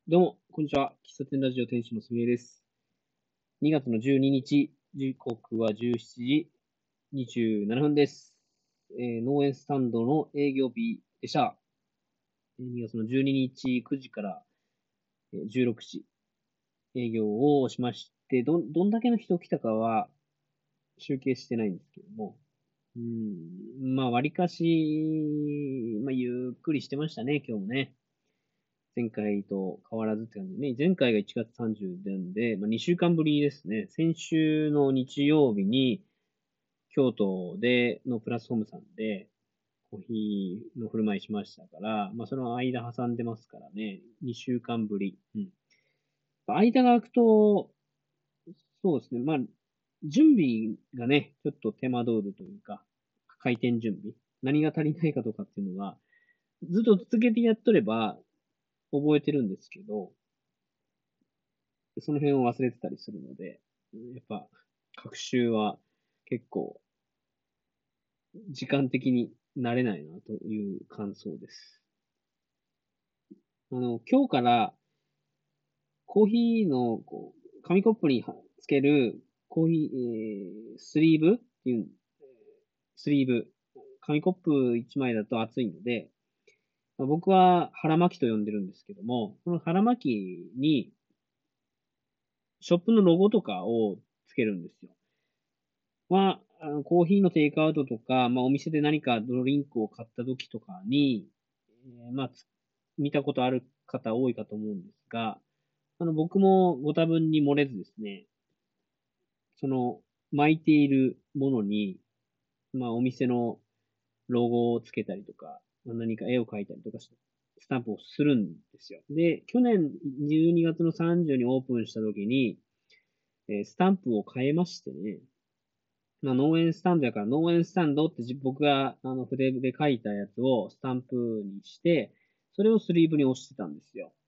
どうも、こんにちは。喫茶店ラジオ店主のすみえです。2月の12日、時刻は17時27分です。農園スタンドの営業日でした。2月の12日9時から16時営業をしまして、どんだけの人来たかは集計してないんですけども、割かし、ゆっくりしてましたね、今日もね。前回と変わらずって感じでね。前回が1月30なんで、2週間ぶりですね。先週の日曜日に、京都のプラスホームさんで、コーヒーの振る舞いしましたから、その間挟んでますからね。2週間ぶり。間が空くと、そうですね。準備がね、ちょっと手間取るというか、開店準備。何が足りないかとかっていうのが、ずっと続けてやっとれば、覚えてるんですけど、その辺を忘れてたりするので、やっぱ、学習は結構、時間的になれないなという感想です。今日からコーヒーの紙コップにつけるコーヒー、スリーブっていう、スリーブ。紙コップ1枚だと熱いので、僕は腹巻きと呼んでるんですけども、この腹巻きにショップのロゴとかをつけるんですよ。コーヒーのテイクアウトとか、お店で何かドリンクを買った時とかに、見たことある方多いかと思うんですが、僕もご多分に漏れずですね、その、巻いているものに、お店のロゴをつけたりとか、何か絵を描いたりとかして、スタンプをするんですよ。で、去年12月の30にオープンした時に、スタンプを変えましてね、農園スタンドやから農園スタンドって僕が筆で書いたやつをスタンプにして、それをスリーブに押してたんですよ。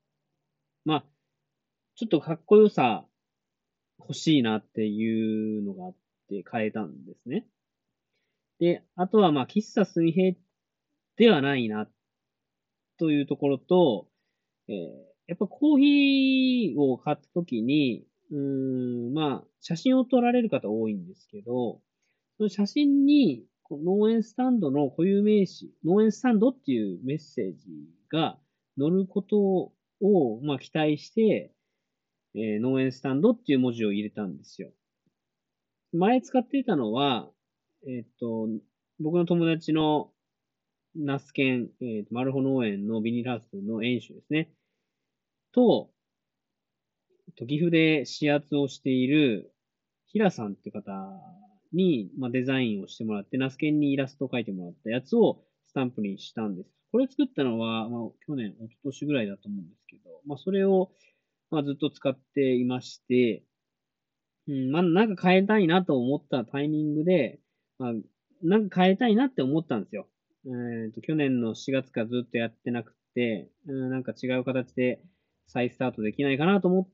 ちょっとかっこよさ欲しいなっていうのがあって変えたんですね。で、あとは喫茶水平ではないなというところと、やっぱコーヒーを買った時に、写真を撮られる方多いんですけど、その写真に、農園スタンドの固有名詞、農園スタンドっていうメッセージが載ることを、期待して、農園スタンドっていう文字を入れたんですよ。前使っていたのは、えっと、僕の友達の那須県、マルホ農園のビニールハウスの園主ですね。と、岐阜で指圧をしている平さんって方に、デザインをしてもらって、ナスケンにイラストを描いてもらったやつをスタンプにしたんです。これ作ったのは、去年、一昨年ぐらいだと思うんですけど、それを、ずっと使っていまして、なんか変えたいなと思ったタイミングで、なんか変えたいなって思ったんですよ。去年の4月からずっとやってなくて、なんか違う形で再スタートできないかなと思って、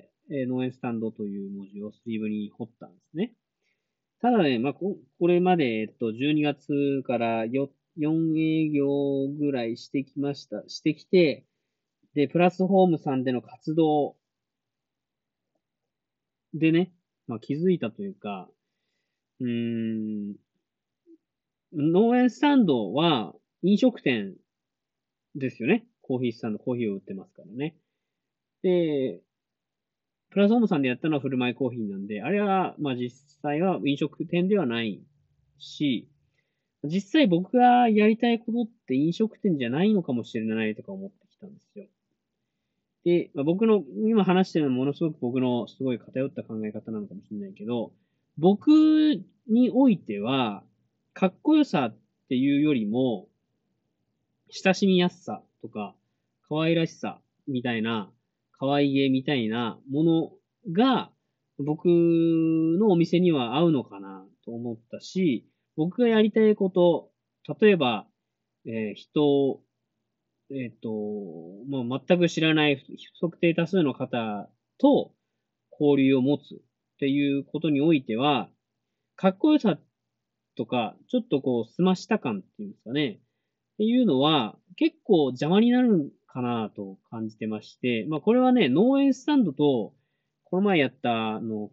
農園スタンドという文字をスリーブに彫ったんですね。ただね、これまで、12月から4営業ぐらいしてきて、で、プラスホームさんでの活動でね、気づいたというか、うーん、農園スタンドは飲食店ですよね。コーヒースタンド、コーヒーを売ってますからね。で、プラスホームさんでやったのは振る舞いコーヒーなんで、あれは、実際は飲食店ではないし、実際僕がやりたいことって飲食店じゃないのかもしれないとか思ってきたんですよ。で、僕の今話してるのはものすごく僕のすごい偏った考え方なのかもしれないけど、僕においては、かっこよさっていうよりも、親しみやすさとか、可愛らしさみたいな、可愛げみたいなものが、僕のお店には合うのかなと思ったし、僕がやりたいこと、例えば、人を、全く知らない不特定多数の方と交流を持つっていうことにおいては、かっこよさとか、ちょっとこう、澄ました感っていうんですかね。っていうのは、結構邪魔になるかなと感じてまして、まあこれはね、農園スタンドと、この前やった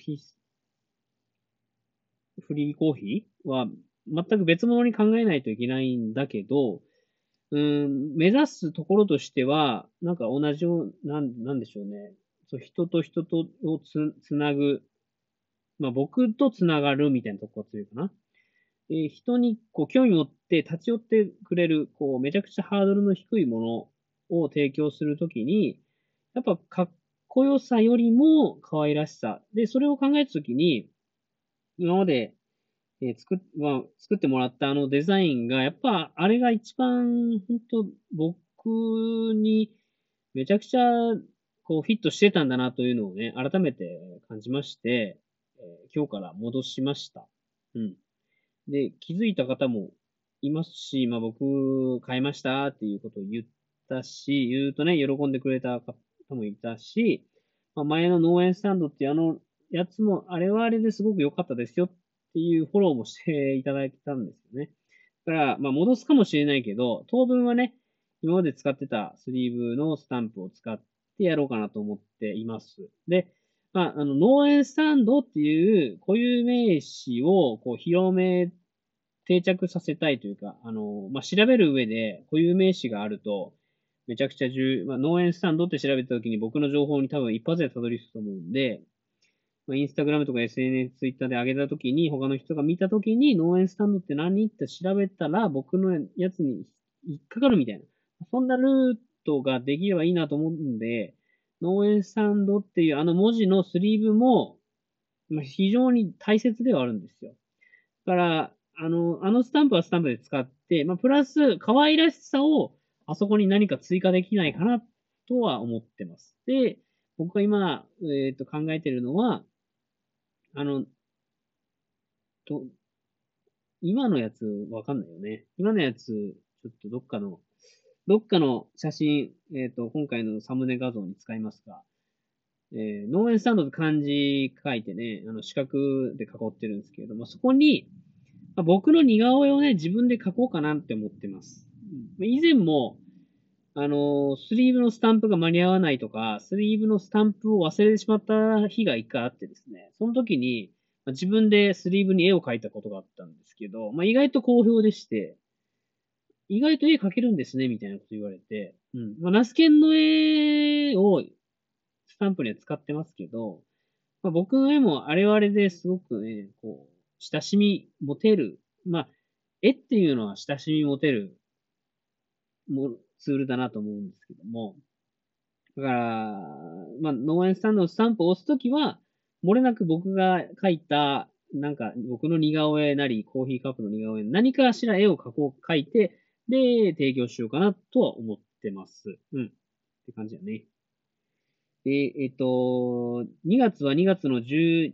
フリーコーヒーは全く別物に考えないといけないんだけど、目指すところとしては、なんか同じよう、なんでしょうね。そう、人と人とをつなぐ。まあ僕とつながるみたいなところが強いかな。人にこう興味持って立ち寄ってくれる、こうめちゃくちゃハードルの低いものを提供するときに、やっぱかっこよさよりも可愛らしさ。で、それを考えたときに、今まで作ってもらったあのデザインが、やっぱあれが一番、本当僕にめちゃくちゃこうフィットしてたんだなというのをね、改めて感じまして、今日から戻しました。うん。で、気づいた方もいますし、まあ僕買いましたっていうことを言ったし、言うとね、喜んでくれた方もいたし、まあ、前の農園スタンドっていうあのやつも、あれはあれですごく良かったですよっていうフォローもしていただいたんですよね。だから、まあ戻すかもしれないけど、当分はね、今まで使ってたスリーブのスタンプを使ってやろうかなと思っています。で、まあ、農園スタンドっていう固有名詞をこう広め、定着させたいというか、まあ、調べる上で固有名詞があると、めちゃくちゃまあ、農園スタンドって調べたときに僕の情報に多分一発でたどり着くと思うんで、まあ、インスタグラムとか SNS、ツイッターで上げたときに、他の人が見たときに、農園スタンドって何って調べたら、僕のやつに引っかかるみたいな。そんなルートができればいいなと思うんで、農園スタンドっていうあの文字のスリーブも、まあ、非常に大切ではあるんですよ。だから、あのスタンプはスタンプで使って、まあ、プラス、可愛らしさを、あそこに何か追加できないかな、とは思ってます。で、僕が今、考えてるのは、あの、と、今のやつわかんないよね。今のやつ、ちょっとどっかの写真、今回のサムネ画像に使いますが、農園スタンドと漢字書いてね、四角で囲ってるんですけれども、そこに、まあ、僕の似顔絵をね、自分で描こうかなって思ってます。以前も、スリーブのスタンプが間に合わないとか、スリーブのスタンプを忘れてしまった日が一回あってですね、その時に、まあ、自分でスリーブに絵を描いたことがあったんですけど、まあ、意外と好評でして、意外と絵描けるんですね、みたいなこと言われて、うん。まあ、ナスケンの絵をスタンプには使ってますけど、まあ、僕の絵もあれはあれですごくね、こう、親しみ持てる。まあ、絵っていうのは親しみ持てるツールだなと思うんですけども。だから、まあ、農園スタンドのスタンプを押すときは、漏れなく僕が描いた、なんか僕の似顔絵なり、コーヒーカップの似顔絵、何かしら絵を描いて、で、提供しようかなとは思ってます。うん。って感じだね。で、2月は2月の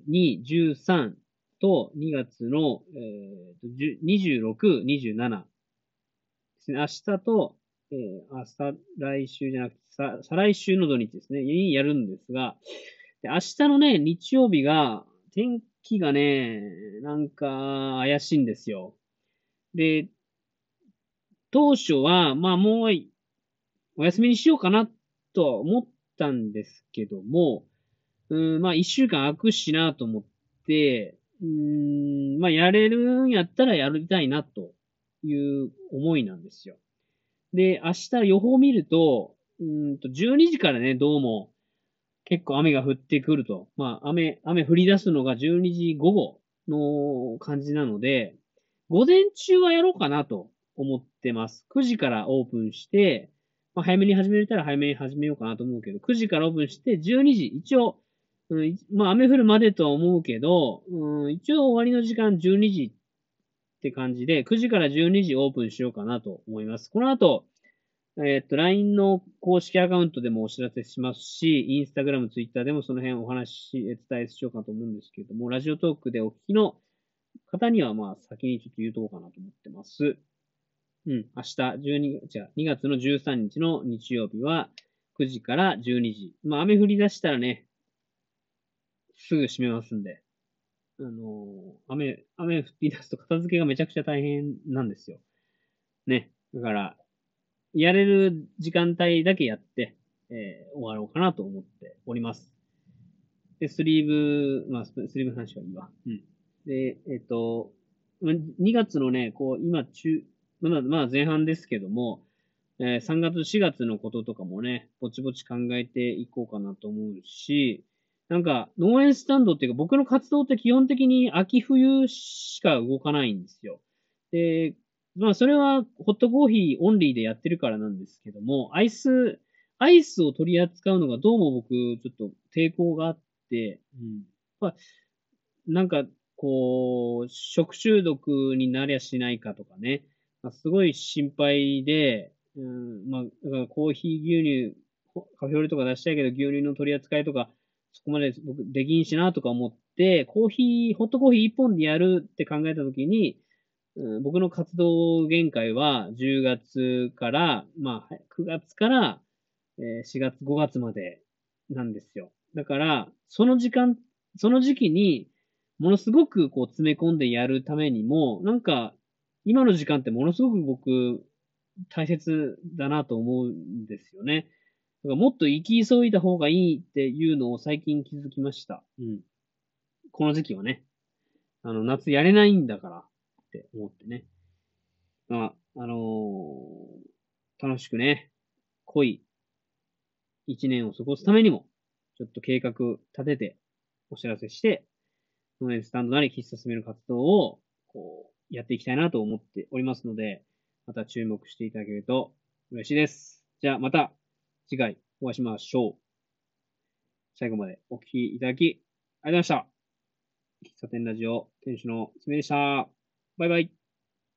12、13と2月の、26、27ですね。明日と、来週じゃなくて、再来週の土日ですね、にやるんですが、で明日のね、日曜日が、天気がね、なんか怪しいんですよ。で、当初は、まあもうお休みにしようかなとは思ったんですけども、まあ一週間空くしなと思って、まあやれるんやったらやりたいなという思いなんですよ。で、明日予報を見ると、12時からね、どうも結構雨が降ってくると。まあ雨降り出すのが12時午後の感じなので、午前中はやろうかなと思ってます。9時からオープンして、まあ、早めに始めれたら早めに始めようかなと思うけど、9時からオープンして12時、一応、まあ雨降るまでとは思うけど、一応終わりの時間12時って感じで、9時から12時オープンしようかなと思います。この後、LINE の公式アカウントでもお知らせしますし、Instagram、Twitter でもその辺お話、伝えしようかと思うんですけれども、ラジオトークでお聞きの方には、まあ、先にちょっと言うとこうかなと思ってます。うん、明日、2月の13日の日曜日は、9時から12時。まあ、雨降り出したらね、すぐ閉めますんで。雨降り出すと片付けがめちゃくちゃ大変なんですよ。ね。だから、 やれる時間帯だけやって、終わろうかなと思っております。で、スリーブ、まあ、スリーブの話はいいわ。うん。で、2月のね、こう、今まあ前半ですけども、3月、4月のこととかもね、ぼちぼち考えていこうかなと思うし、なんか、農園スタンドっていうか、僕の活動って基本的に秋冬しか動かないんですよ。で、まあ、それは、ホットコーヒーオンリーでやってるからなんですけども、アイスを取り扱うのがどうも僕、ちょっと抵抗があって、うん。まあ、なんか、こう、食中毒になりゃしないかとかね、まあ、すごい心配で、うん、まあ、だからコーヒー牛乳、カフェオレとか出したいけど牛乳の取り扱いとか、そこまで僕できんしなとか思って、ホットコーヒー一本でやるって考えたときに、うん、僕の活動限界は10月から、まあ、9月から4月、5月までなんですよ。だから、その時期に、ものすごくこう詰め込んでやるためにも、なんか、今の時間ってものすごく僕、大切だなと思うんですよね。だからもっと生き急いだ方がいいっていうのを最近気づきました。うん。この時期はね。夏やれないんだからって思ってね。まあ、楽しくね、濃い一年を過ごすためにも、ちょっと計画立ててお知らせして、農園スタンドなり喫茶進める活動を、こう、やっていきたいなと思っておりますので、また注目していただけると嬉しいです。じゃあまた次回お会いしましょう。最後までお聞きいただきありがとうございました。喫茶店ラジオ店主のすみでした。バイバイ。